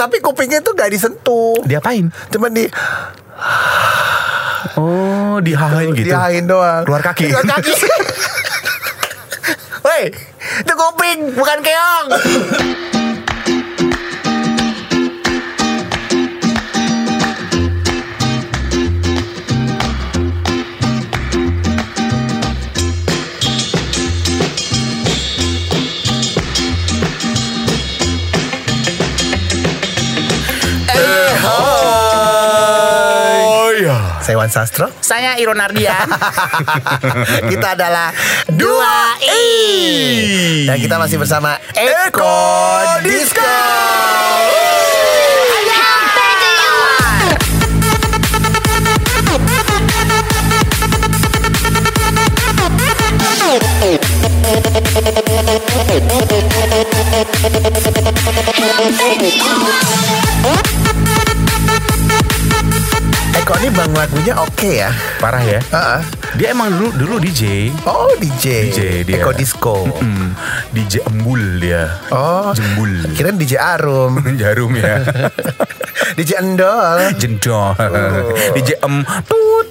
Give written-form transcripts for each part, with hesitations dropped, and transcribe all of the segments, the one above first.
Tapi kupingnya tuh gak disentuh. Diapain? Cuman Oh, dihahain gitu. dihain doang. Keluar kaki. Keluar kaki. Woi, itu kuping bukan keong. Saya Wan Sastro. Saya Iron Ardian. Kita adalah 2i. Dan kita masih bersama Eko Disco. Eko ini bang lagunya oke ya. Parah ya. Dia emang dulu DJ. Oh DJ dia. Eko Disco. DJ Embul dia. Oh Jembul. Kirain DJ Arum. Jarum ya. DJ Endol. Jendol. DJ Emput.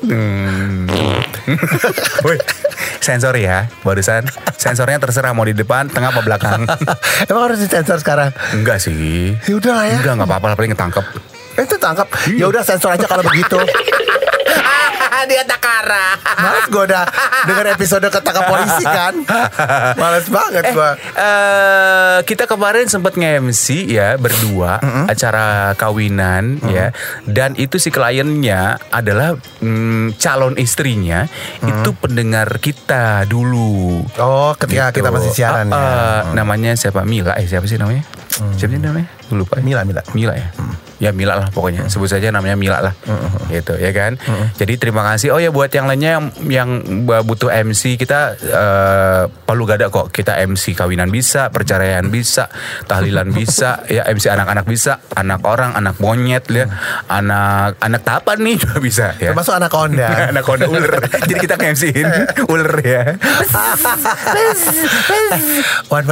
Woi, sensor ya. Barusan sensornya terserah mau di depan, tengah apa belakang. Emang harus disensor sekarang? Enggak sih. Ya udah lah ya. Enggak apa-apa, paling ketangkep. Itu tangkap. Ya udah sensor aja kalau begitu. Dia takara. Males gue udah denger episode ketangkap polisi kan. Males banget gue. Kita kemarin sempat nge-MC ya berdua acara kawinan ya. Dan itu si kliennya adalah calon istrinya itu pendengar kita dulu. Oh ketika gitu. kita masih siaran ya. Namanya siapa? Mila. Siapa sih namanya? Siapa sih namanya? Gue lupa. Mila ya. Ya Mila lah pokoknya. Sebut saja namanya Mila lah. Gitu ya kan. Jadi terima kasih. Oh ya buat yang lainnya yang butuh MC kita perlu gak ada kok. Kita MC kawinan bisa, perceraian bisa, tahlilan bisa, ya MC anak-anak bisa, anak orang, anak monyet ya, anak tapan nih juga bisa ya. Termasuk anak konda. Anak konda ular. Jadi kita MC-in ular ya. Wan,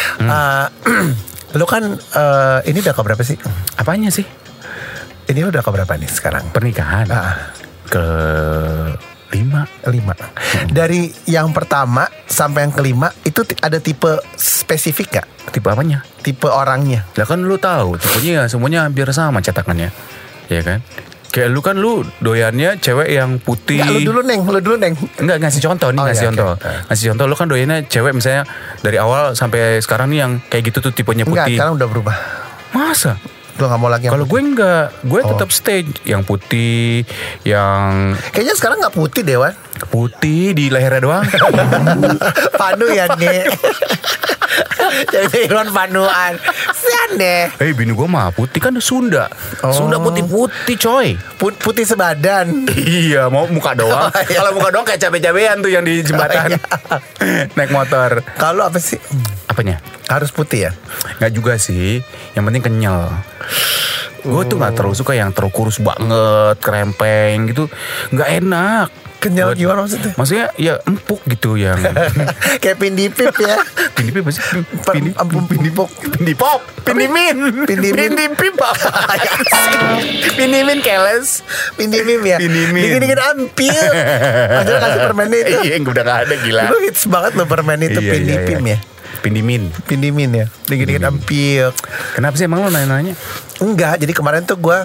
lu kan ini udah keberapa sih? Apanya sih? Ini udah keberapa nih sekarang? Pernikahan. Ke 5. Dari yang pertama sampai yang kelima itu ada tipe spesifik gak? Tipe apanya? Tipe orangnya. Lah kan lu tahu tipenya semuanya hampir sama cetakannya. Ya kan? Kayak lu kan lu doyannya cewek yang putih. Enggak, lu dulu neng. Enggak ngasih contoh nih, ngasih contoh. Ngasih contoh lu kan doyannya cewek misalnya dari awal sampai sekarang nih yang kayak gitu tuh tipenya putih. Enggak, sekarang udah berubah. Masa? Lu gak mau lagi yang kalau gue enggak, gue tetap stay yang putih, yang kayaknya sekarang gak putih deh Wan. Putih di lehernya doang. Panu ya nih. Jadi Irwan panuan. Sian deh. Bini gue mah putih kan Sunda. Sunda putih-putih coy. Putih sebadan. Iya, mau muka doang. Kalau muka doang kayak cabe-cabean tuh yang di jembatan. Naik motor. Kalau apa sih? Apanya? Harus putih ya? Nggak juga sih. Yang penting kenyal. Gue tuh nggak terlalu suka yang terlalu kurus banget, krempeng gitu. Nggak enak. Kenyal gimana maksudnya? Maksudnya ya empuk gitu yang kayak pindipip ya. Pindipip apa sih? Pindipop. Pindimin. Pindipip apa? Pindimin keles. Pindimim ya. Dingin-dingin ampil. Maksudnya kasih permen itu. Iya udah gak ada gila. Lu hits banget lo permen itu. Pindipim ya. Pindimin ya. Dingin-dingin ampil. Kenapa sih emang lo nanya-nanya? Enggak, jadi kemarin tuh gue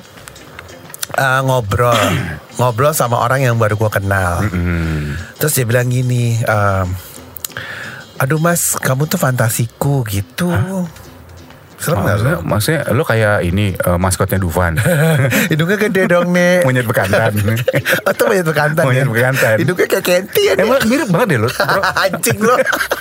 ngobrol sama orang yang baru gue kenal. Terus dia bilang gini, aduh mas, kamu tuh fantasiku gitu. Serem gak lo? Maksudnya lo kayak ini maskotnya Dufan. Hidungnya gede dong nih. Monyet bekantan. Itu monyet bekantan ya? Monyet bekantan. Hidungnya kayak Kenti ya. Emang mirip banget deh lo. Anjing lo.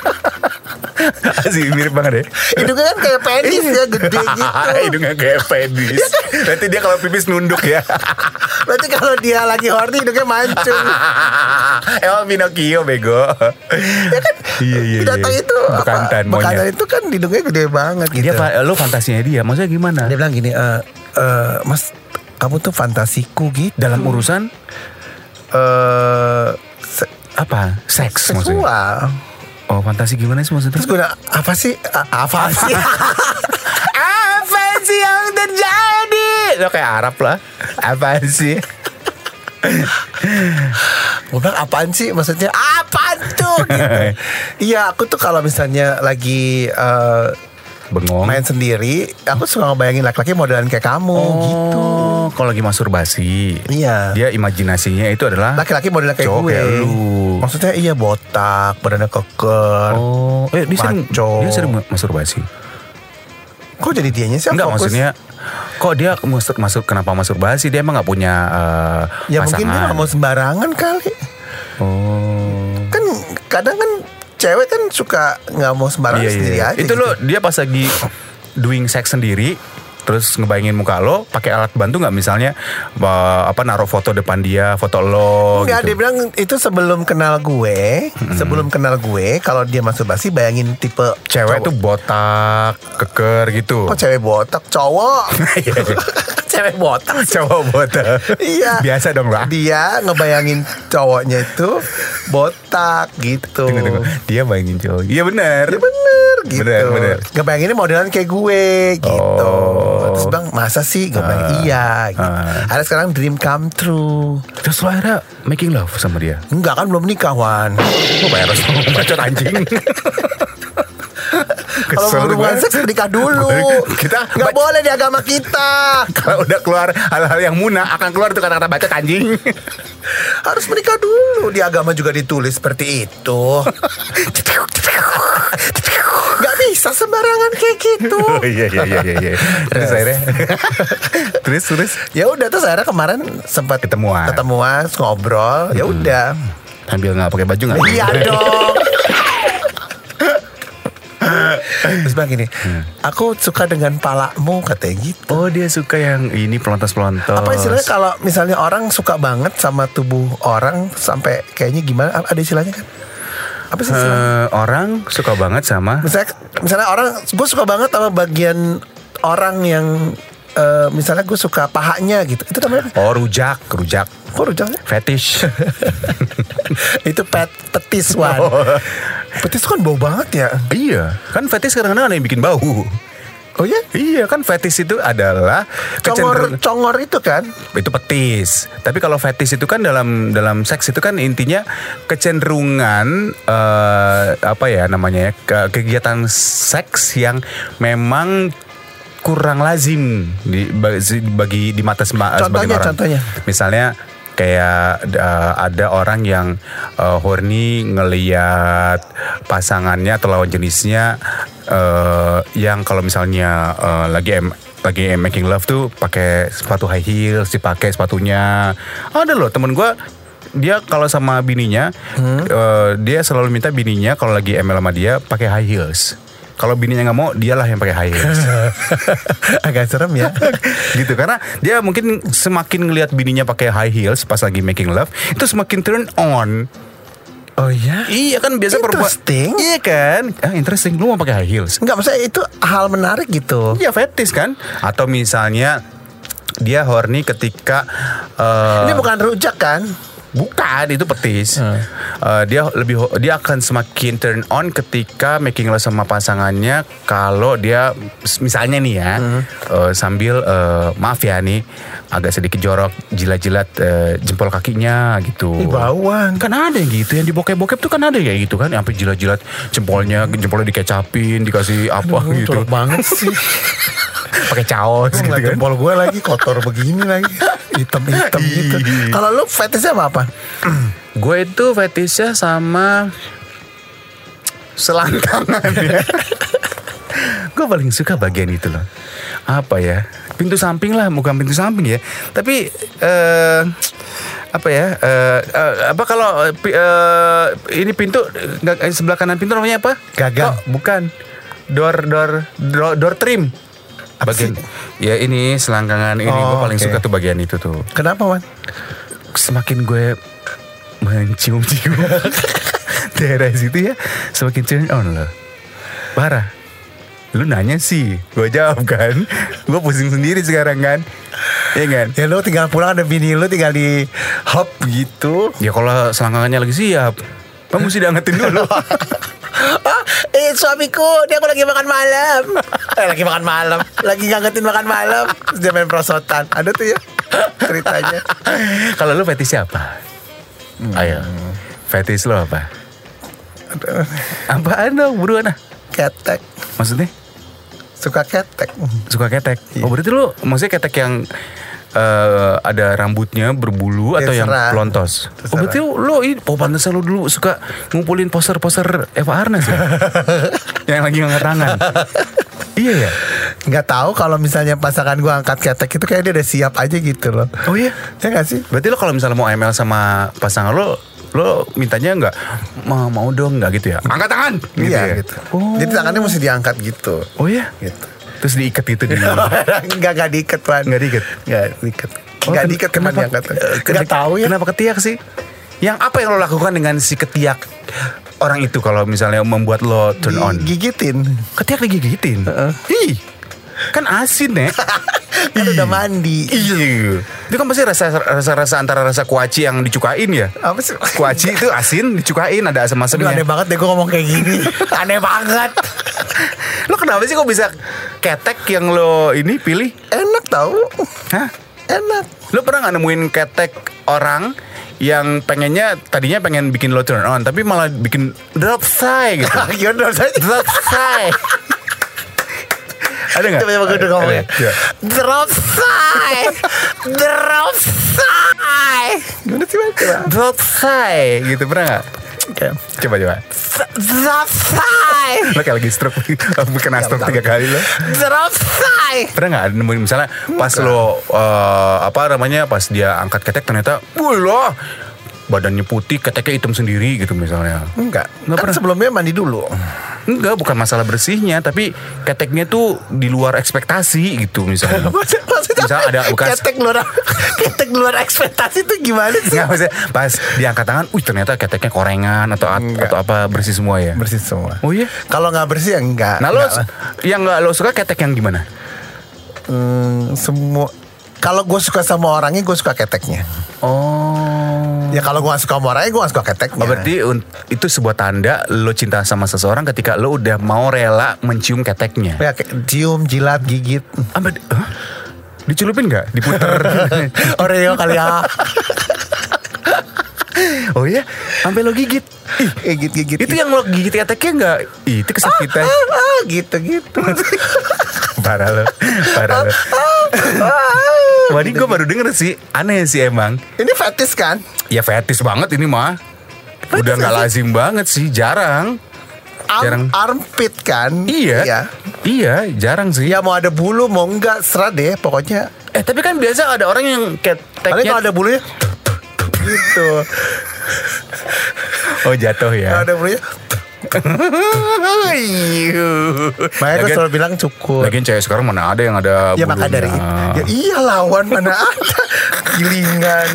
Asik mirip banget deh. Hidungnya kan kayak penis ya, gede gitu. Hidungnya kayak penis. Berarti dia kalau pipis nunduk ya. Berarti kalau dia lagi horny hidungnya mancung. Emang Pinocchio bego. Ya kan. Iya. Binatang itu bekantan itu kan hidungnya gede banget gitu. Lo fantasinya dia, maksudnya gimana? Dia bilang gini, mas, kamu tuh fantasiku gitu. Dalam urusan apa? Seks seksual. Maksudnya? Oh, fantasi gimana sih maksudnya? Terus gue apa sih? Apa sih? Apa sih yang terjadi? Itu kayak Arab lah. Apaan sih? Gue bilang apaan sih? Maksudnya apaan tuh? Gitu. Iya, aku tuh kalau misalnya lagi bengong main sendiri, aku suka ngebayangin laki-laki modelan kayak kamu gitu. Kalau lagi masturbasi, Iya. dia imajinasinya itu adalah Laki-laki modelan kayak cowok gue. kayak lu. Maksudnya iya botak, badannya keker. Dia sering masturbasi. Kok jadi dianya sih? Enggak, fokus? maksudnya kok dia masuk kenapa masturbasi? Dia emang nggak punya Ya pasangan. mungkin dia gak mau sembarangan kali. Kan kadang kan cewek kan suka nggak mau sembarangan sendiri aja. Itu gitu. lo dia pas lagi doing sex sendiri, terus ngebayangin muka lo pakai alat bantu nggak, misalnya naruh foto depan dia, foto lo. Enggak, gitu. dia bilang itu sebelum kenal gue. Sebelum kenal gue, kalau dia masturbasi bayangin tipe Cewek cowok. tuh botak, keker gitu. Kok cewek botak? Cowok. Cewek botak. Cowok botak. Iya. Biasa dong lah. Dia ngebayangin cowoknya itu botak gitu. Tunggu. Dia bayangin cowok. Iya benar. Ya bener gitu. Bener. Ngebayanginnya modelan kayak gue gitu. Oh. Terus bang, masa sih? Gue bilang iya gitu. Ada sekarang dream come true. Terus lo akhirnya making love sama dia. Enggak kan belum nikah Wan. Lo bayar bacot anjing. Kalau mau hubungan seks menikah dulu. Kita nggak boleh di agama kita. Kalau udah keluar hal-hal yang munah, akan keluar tuh kata-kata bacot anjing. Harus menikah dulu. Di agama juga ditulis seperti itu. Gak bisa sembarangan kayak gitu. Iya. Terus akhirnya terus Ya udah, terus akhirnya kemarin sempat Ketemuan, ngobrol. Ya udah. sambil nggak pakai baju nggak? Iya dong. Terus bang gini, aku suka dengan palamu katanya gitu. Oh, dia suka yang ini pelontos-pelontos. Apa istilahnya kalau misalnya orang suka banget sama tubuh orang sampai kayaknya gimana? Ada istilahnya kan? Apa sih istilahnya? Orang suka banget sama Misalnya orang, gue suka banget sama bagian orang yang misalnya gue suka pahanya gitu. Itu namanya apa? Oh, rujak. Kok rujaknya? Fetish. Itu petis Wan. Petis kan bau banget ya. Iya, kan fetish kadang-kadang ada yang bikin bau. Oh ya? Iya, kan fetish itu adalah Congor itu kan? itu petis. Tapi kalau fetish itu kan dalam seks itu kan intinya kecenderungan kegiatan seks yang memang kurang lazim bagi di mata sebagian orang. Contohnya. Misalnya kayak ada orang yang horny ngeliat pasangannya atau lawan jenisnya yang kalau misalnya lagi making love tuh pakai sepatu high heels, dipakai sepatunya. Ada loh temen gue, dia kalau sama bininya dia selalu minta bininya kalau lagi ML sama dia pakai high heels. Kalau bininya nggak mau, dialah yang pakai high heels. Agak serem ya. Gitu, karena dia mungkin semakin ngelihat bininya pakai high heels pas lagi making love, itu semakin turn on. Oh ya? Iya kan, biasa perempuan. Interesting. Iya kan? Interesting, lu mau pakai high heels. Enggak, maksudnya itu hal menarik gitu. Iya, fetish kan? Atau misalnya dia horny ketika Ini bukan rujak kan? bukan, itu petis. Dia akan semakin turn on ketika making love sama pasangannya kalau dia misalnya nih ya sambil maaf ya nih agak sedikit jorok jilat-jilat jempol kakinya gitu. Bauan. Kan ada yang gitu, yang di bokep-bokep tuh kan ada kayak gitu kan, sampai jilat-jilat jempolnya dikecapin, dikasih apa gitu. Jorok banget sih. Pakai caos gitu kan. Jempol gue lagi kotor begini lagi, hitam-hitam gitu. Kalau lu fetishnya apa? Gue itu fetishnya sama selangkangan ya. Gue paling suka bagian itu loh. Apa ya? Pintu samping lah, bukan pintu samping ya. Tapi kalau ini pintu sebelah kanan pintu namanya apa? Gagang. Oh, bukan. Door trim. Bagian ya ini selangkangan ini gue paling suka tuh bagian itu tuh. Kenapa, Wan? Semakin gue mencium-cium daerah situ ya, semakin turn on loh. Parah. Lu nanya sih, gue jawab kan. Gue pusing sendiri sekarang kan. Iya kan? Ya lu tinggal pulang, ada bini lu tinggal di hop gitu. Ya kalau selangkangannya lagi siap, kamu mesti diangetin dulu. suamiku, dia aku lagi makan malam. Lagi makan malam, lagi ngangetin makan malam. Terus dia main prosotan. Ada tuh ya ceritanya. Kalau lu fetishnya apa? Ayo, fetish lo apa? Apaan dong, buruan ah. Ketek. Maksudnya? Suka ketek. Suka ketek. Oh berarti lu maksudnya ketek yang ada rambutnya berbulu atau yang Terserah. pelontos? Terserah. Oh berarti lu pantesan lu dulu suka ngumpulin poster-poster Eva Arnaz ya? Yang lagi ngangkat tangan. Iya ya? Nggak tahu kalau misalnya pasangan gue angkat ketek itu kayak dia udah siap aja gitu loh. Oh iya? Ya nggak sih? Berarti lo kalau misalnya mau ML sama pasangan lo mintanya nggak mau dong nggak gitu ya? Angkat tangan gitu Iya ya? gitu. Oh. Jadi tangannya mesti diangkat gitu. Oh iya? Gitu. Terus diikat gitu di Enggak diikat Wan. Nggak diikat? Nggak diikat. Oh, Nggak diikat kenapa diangkat? Nggak tahu ya. Kenapa ketiak sih? Yang apa yang lo lakukan dengan si ketiak orang itu kalau misalnya membuat lo turn on? Gigitin. Ketiak digigitin? Ih, kan asin ya? Kan udah mandi. Iya. Itu kan pasti rasa antara rasa kuaci yang dicukain ya? Apa sih? Kuaci itu asin dicukain ada Aduh, asam-asamnya. aneh banget deh gue ngomong kayak gini. Aneh banget. Lo kenapa sih kok bisa ketek yang lo ini pilih? Enak tahu. Hah? Enak. Lo pernah gak nemuin ketek orang yang tadinya pengen bikin lo turn on tapi malah bikin drop thigh gitu? Gimana saja? Drop thigh. Ada gak? Coba gue ngomong ya. Iya. Drop thigh. Drop thigh. Gimana sih Mas? Drop thigh gitu pernah gak? Oke. Coba. Drop thigh. Lo kayak lagi stroke kena stroke 3 kali lo. Drop thigh. Pernah nggak nemuin misalnya pas lo pas dia angkat ketek ternyata wah badannya putih keteknya hitam sendiri gitu misalnya? Enggak. Nggak Kan pernah. sebelumnya mandi dulu. Enggak, bukan masalah bersihnya tapi keteknya tuh di luar ekspektasi gitu misalnya. Maksudnya Misal ada bekas- ketek luar ekspektasi itu gimana sih? Nggak, maksudnya pas diangkat tangan ternyata keteknya korengan atau Enggak. atau apa bersih semua ya? Bersih semua. Oh iya? Kalau nggak bersih ya enggak. Nah lo Enggak lah. yang nggak lo suka ketek yang gimana? Semua. Kalau gue suka sama orangnya, gue suka keteknya. Oh. Ya kalau gue gak suka sama orangnya, gue gak suka keteknya. Oh, berarti itu sebuah tanda lo cinta sama seseorang ketika lo udah mau rela mencium keteknya. Ya, cium, jilat, gigit. Dicelupin nggak? Diputer? Oreo kali ya. Oh iya? Sampai lo gigit? Gigit. Itu yang lo gigit keteknya nggak? Itu kesakitan. Gitu. Parah lo. Wadi gue baru denger sih. Aneh sih emang. Ini fetis kan? Ya fetis banget ini mah. Udah Fetis nggak sih. lazim banget sih. Jarang. Jarang. Armpit kan? Iya. Iya, jarang sih. Ya mau ada bulu mau enggak serah deh pokoknya. Tapi kan biasa ada orang yang Paling keteknya. kalau ada bulunya gitu. Oh jatuh Kalau ya. ada bulunya. Makanya gue selalu bilang cukup. Lagian cewek sekarang mana ada yang ada Ya bulunya. maka dari ya iya lawan mana ada gilingan.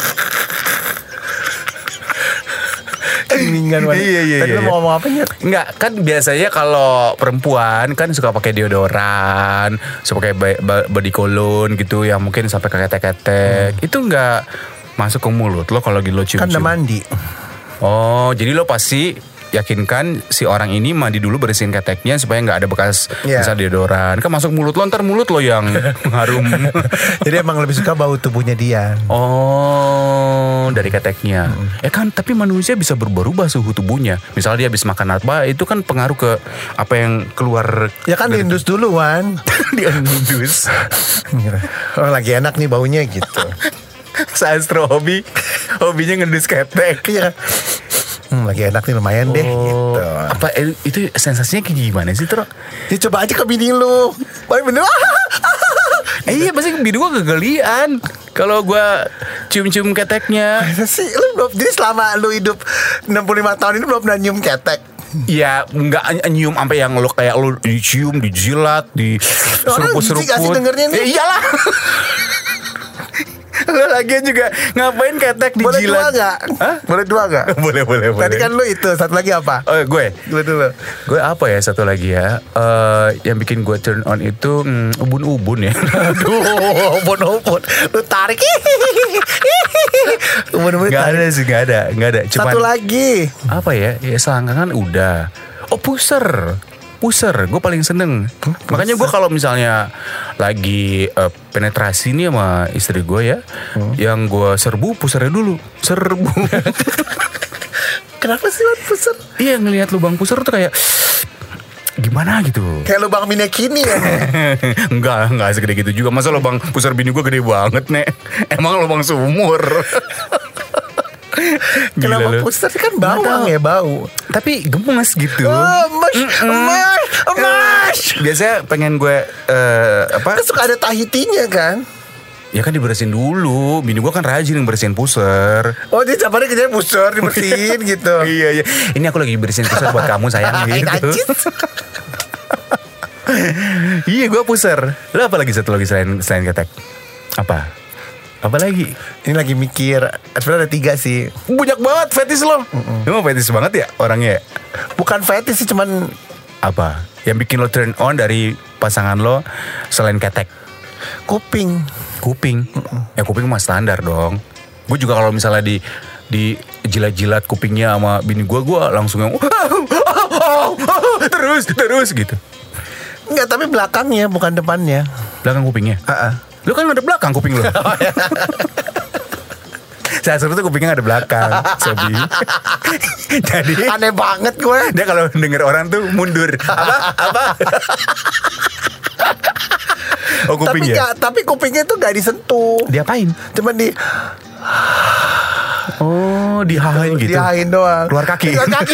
Gilingan mana. Iya. Tadi lu mau ngomong apa nya? Enggak, kan biasanya kalau perempuan kan suka pakai deodoran, suka pakai body cologne gitu yang mungkin sampai ke ketek-ketek. Itu enggak masuk ke mulut lo kalau lagi lo cium-cium. Kan udah mandi. Oh, jadi lo pasti yakinkan si orang ini mandi dulu bersihin keteknya supaya nggak ada bekas Iya. misal deodoran. Kan masuk mulut lo, ntar mulut lo yang harum. Jadi emang lebih suka bau tubuhnya dia. Oh, dari keteknya. Kan tapi manusia bisa berubah suhu tubuhnya. Misalnya dia habis makan apa, itu kan pengaruh ke apa yang keluar. Ya kan diindus dulu Wan. Diindus. Oh lagi enak nih baunya gitu. Sastro hobinya ngendus ketek. Iya. Lagi enak nih lumayan deh gitu. Apa itu sensasinya kayak gimana sih, Tro? Ya coba aja ke bini lu. Paling bener. Iya, pasti bini gue kegelian kalau gue cium-cium keteknya. Masa sih lu belum. Jadi selama lu hidup 65 tahun ini belum pernah nyium ketek. Ya nggak nyium sampai yang lo kayak lo dicium, dijilat, di Orang seruput-seruput. jijik gak sih dengernya nih? Ya iyalah. Lo lagian juga ngapain ketek Boleh dua dijilat? gak? Hah? Boleh dua gak? Boleh. Tadi kan lu itu. Satu lagi apa? Oh, gue Dulu. apa ya satu lagi ya? Yang bikin gue turn on itu ubun-ubun ya. Aduh, ubun-ubun. Lu tarik. Ubun-ubun Gak tarik. ada sih, gak ada. Cuman Satu lagi. apa ya? Ya selangkangan udah. Oh, puser, gue paling seneng. Makanya gue kalau misalnya lagi penetrasi nih sama istri gue ya, yang gue serbu pusernya dulu, serbu. Kenapa sih Wan puser? Iya, ngelihat lubang puser tuh kayak gimana gitu. Kayak lubang minekini ya. Enggak segede gitu juga. Masa lubang puser bini gue gede banget, Nek. Emang lubang sumur. Kenapa puser kan bawang ya, bau. Tapi gemes gitu. Emas. Biasanya pengen gue Kan suka ada tahitinya kan. ya kan dibersihin dulu. Bini gue kan rajin yang bersihin puser. Oh dia caparnya kerjanya puser dibersihin gitu. Iya. Ini aku lagi bersihin puser buat kamu sayang gitu. Iya gue puser. Lo apa lagi satu lagi selain ketek? Apa lagi? Ini lagi mikir. Sebenarnya ada 3 sih. Banyak banget fetis lo. Emang fetis banget ya orangnya? Bukan fetish sih, cuman Apa? Yang bikin lo turn on dari pasangan lo selain ketek? kuping. Ya kuping mah standar dong. Gue juga kalau misalnya di jilat-jilat kupingnya sama bini gue langsung yang terus gitu. Enggak, tapi belakangnya bukan depannya. Belakang kupingnya. Lu kan ada belakang kuping lu. Saya suruh tuh kupingnya ada belakang, Sobi. Jadi Aneh banget gue. dia kalau denger orang tuh mundur. Apa? Oh kupingnya. Tapi kupingnya tuh gak disentuh. Diapain? Cuman Oh, dihahain gitu. dihain doang. Keluar kaki.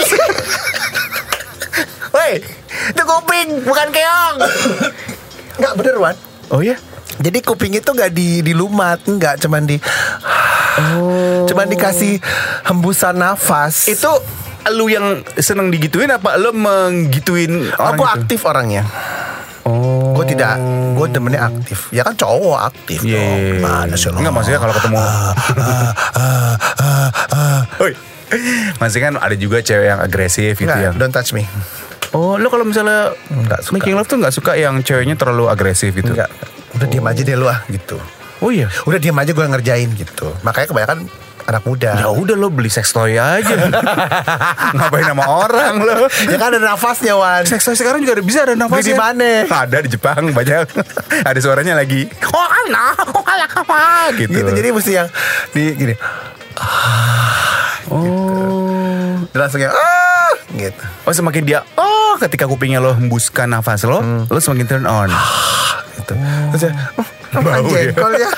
Woi, itu kuping bukan keong. Enggak bener Wan. Oh ya? Jadi kuping itu gak dilumat. Enggak, cuman cuman dikasih hembusan nafas. Itu lu yang seneng digituin apa lu menggituin orang Aku gitu? aktif orangnya. Oh. Gue demennya aktif. Ya kan cowok aktif dong. Mana sih lo? Enggak, maksudnya kalau ketemu Oi. Maksudnya kan ada juga cewek yang agresif gitu Enggak, yang. don't touch me. Oh, lu kalau misalnya Enggak suka. making love tuh enggak suka yang ceweknya terlalu agresif gitu. Enggak. Udah diam aja deh lu gitu. Oh iya. Udah diam aja gue ngerjain gitu. Makanya kebanyakan anak muda. Ya udah lo beli sex toy aja. Ngapain sama orang lo? Ya kan ada nafasnya Wan. Sex toy sekarang juga bisa ada nafasnya. Beli di mana? Ada di Jepang banyak. Ada suaranya lagi. Gitu. Gitu. Jadi mesti yang gini. Oh. Dan langsung yang gitu. Oh, semakin dia ketika kupingnya lo hembuskan nafas lo semakin turn on. Gitu. Terus ya, Bau ya. jengkol ya.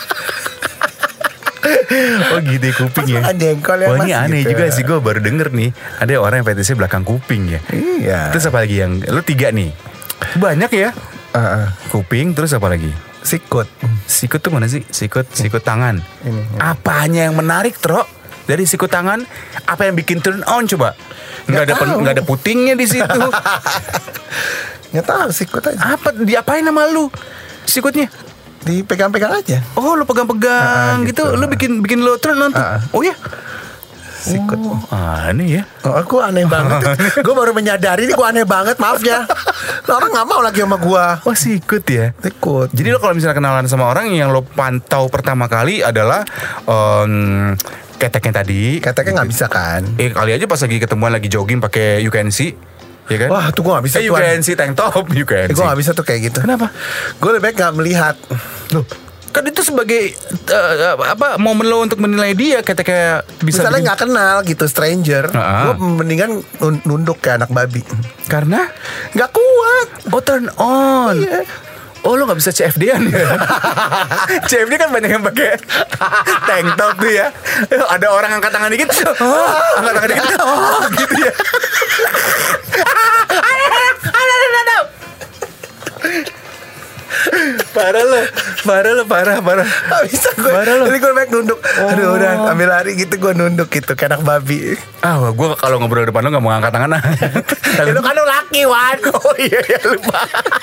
Oh gitu ya, kuping ya. Makan jengkol ya, Wah, Mas, ini aneh gitu. juga sih, gue baru denger nih. Ada orang yang fetishnya belakang kuping ya. Iya. Terus apa lagi yang lo 3 nih? Banyak ya. Kuping, terus apa lagi? Sikut. Sikut tuh mana sih? Sikut tangan. Ini. Apanya yang menarik, Tro? Dari sikut tangan, apa yang bikin turn on coba? Nggak ada putingnya di situ. Nggak tahu sikut aja. Apa diapain sama lu? Sikutnya? Dipegang-pegang aja. Oh, lo pegang-pegang gitu. gitu. Lo bikin lo turn on tuh. Oh ya? Sikut. Aneh ya. Oh, aku aneh banget. Gue baru menyadari ini gue aneh banget. Maaf ya. Orang nggak mau lagi sama gue. Oh, sikut ya. Sikut. Jadi lo kalau misalnya kenalan sama orang yang lo pantau pertama kali adalah keteknya tadi. Keteknya nggak bisa kan? Kali aja pas lagi ketemuan lagi jogging pakai you can see, ya kan? Wah, tuh gue nggak bisa. You can see tank top, you can see. Gue nggak bisa tuh kayak gitu. Kenapa? Gue lebih baik nggak melihat. Loh, kan itu sebagai momen lo untuk menilai dia ketika bisa Misalnya nggak kenal gitu, stranger. Gue mendingan nunduk kayak anak babi. karena Nggak kuat. oh turn on. Iya. Oh, lo gak bisa CFD-an ya? CFD kan banyak yang pakai tank top tuh ya. Ada orang angkat tangan dikit, angkat tangan dikit, gitu ya. Parah. Gak bisa gue. Parah lo. Jadi gue baik nunduk. Aduh udah ambil lari gitu, gue nunduk gitu kayak anak babi. Gue kalau ngobrol depan lo gak mau angkat tangan. Itu kan lo laki Wan. Oh iya lupa.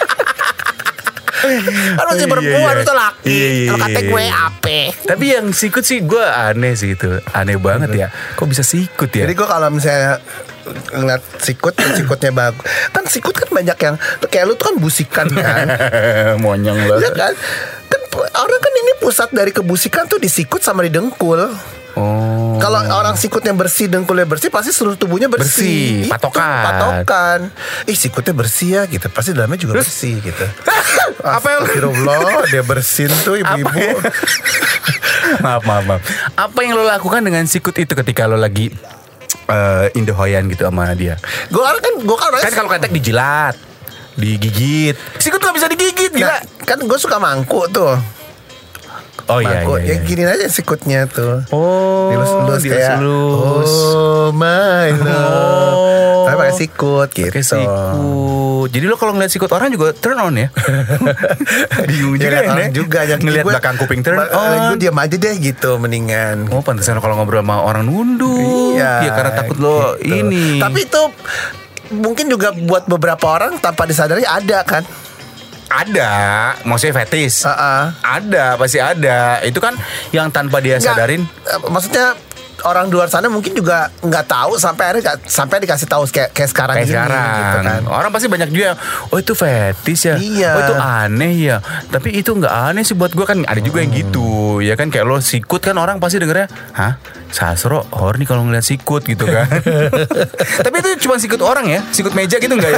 Kan masih perempuan, itu laki. Iya. Lo kata gue ape. Tapi yang sikut sih gue aneh sih itu. Aneh banget ya. Kok bisa sikut ya? Jadi gue kalau misalnya ngeliat sikutnya bagus. Kan sikut kan banyak yang kayak lu tuh kan busikan kan. Monyong lo. Ya kan orang kan ini pusat dari kebusikan tuh di sikut sama di dengkul. Oh. Kalau orang sikutnya bersih, dengkulnya bersih, pasti seluruh tubuhnya bersih. Bersih, Itu, patokan. Sikutnya bersih ya gitu, pasti dalamnya juga bersih gitu. Apa yang Astagfirullah, dia bersin tuh ibu-ibu. maaf. Apa yang lo lakukan dengan sikut itu ketika lo lagi indohoyan gitu sama dia? Gue kan Kalau ketek dijilat, digigit. Sikut gak bisa digigit, gila. kan gue suka mangkuk tuh. Oh iya. Ya gini aja sikutnya tuh. Oh, dilus-lus kayak dilus-lus. Oh my love. Tapi pakai sikut gitu. Pakai sikut. Jadi lo kalau ngeliat sikut orang juga turn on ya? Bingung Ya, juga liat orang ya. juga yang ngeliat gue- belakang kuping turn Gue on. diam aja deh gitu mendingan. Oh, pantesan kalau ngobrol sama orang nunduk. Iya, Ya karena takut lo gitu. ini. Tapi itu mungkin juga buat beberapa orang tanpa disadari ada kan. ada, maksudnya fetis. Ada, pasti ada. Itu kan yang tanpa dia Nggak, sadarin. maksudnya orang di luar sana mungkin juga nggak tahu sampai dikasih tahu kayak sekarang Kayak ini sekarang gitu kan. orang pasti banyak juga yang, oh itu fetis ya, Iya. oh itu aneh ya. Tapi itu nggak aneh sih buat gue, kan ada juga yang gitu. Ya kan kayak lo sikut kan orang pasti dengernya, hah? Sasro horny kalau ngeliat sikut gitu kan. Tapi itu cuma sikut orang ya, sikut meja gitu nggak ya?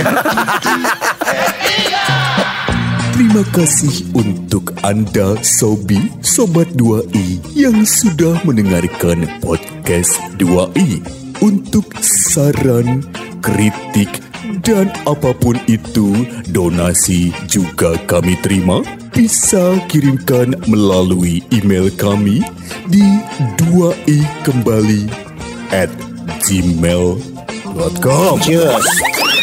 Terima kasih untuk Anda Sobi Sobat 2i yang sudah mendengarkan podcast 2i. Untuk saran, kritik, dan apapun itu, donasi juga kami terima. Bisa kirimkan melalui email kami di 2ikembali@gmail.com. Cheers.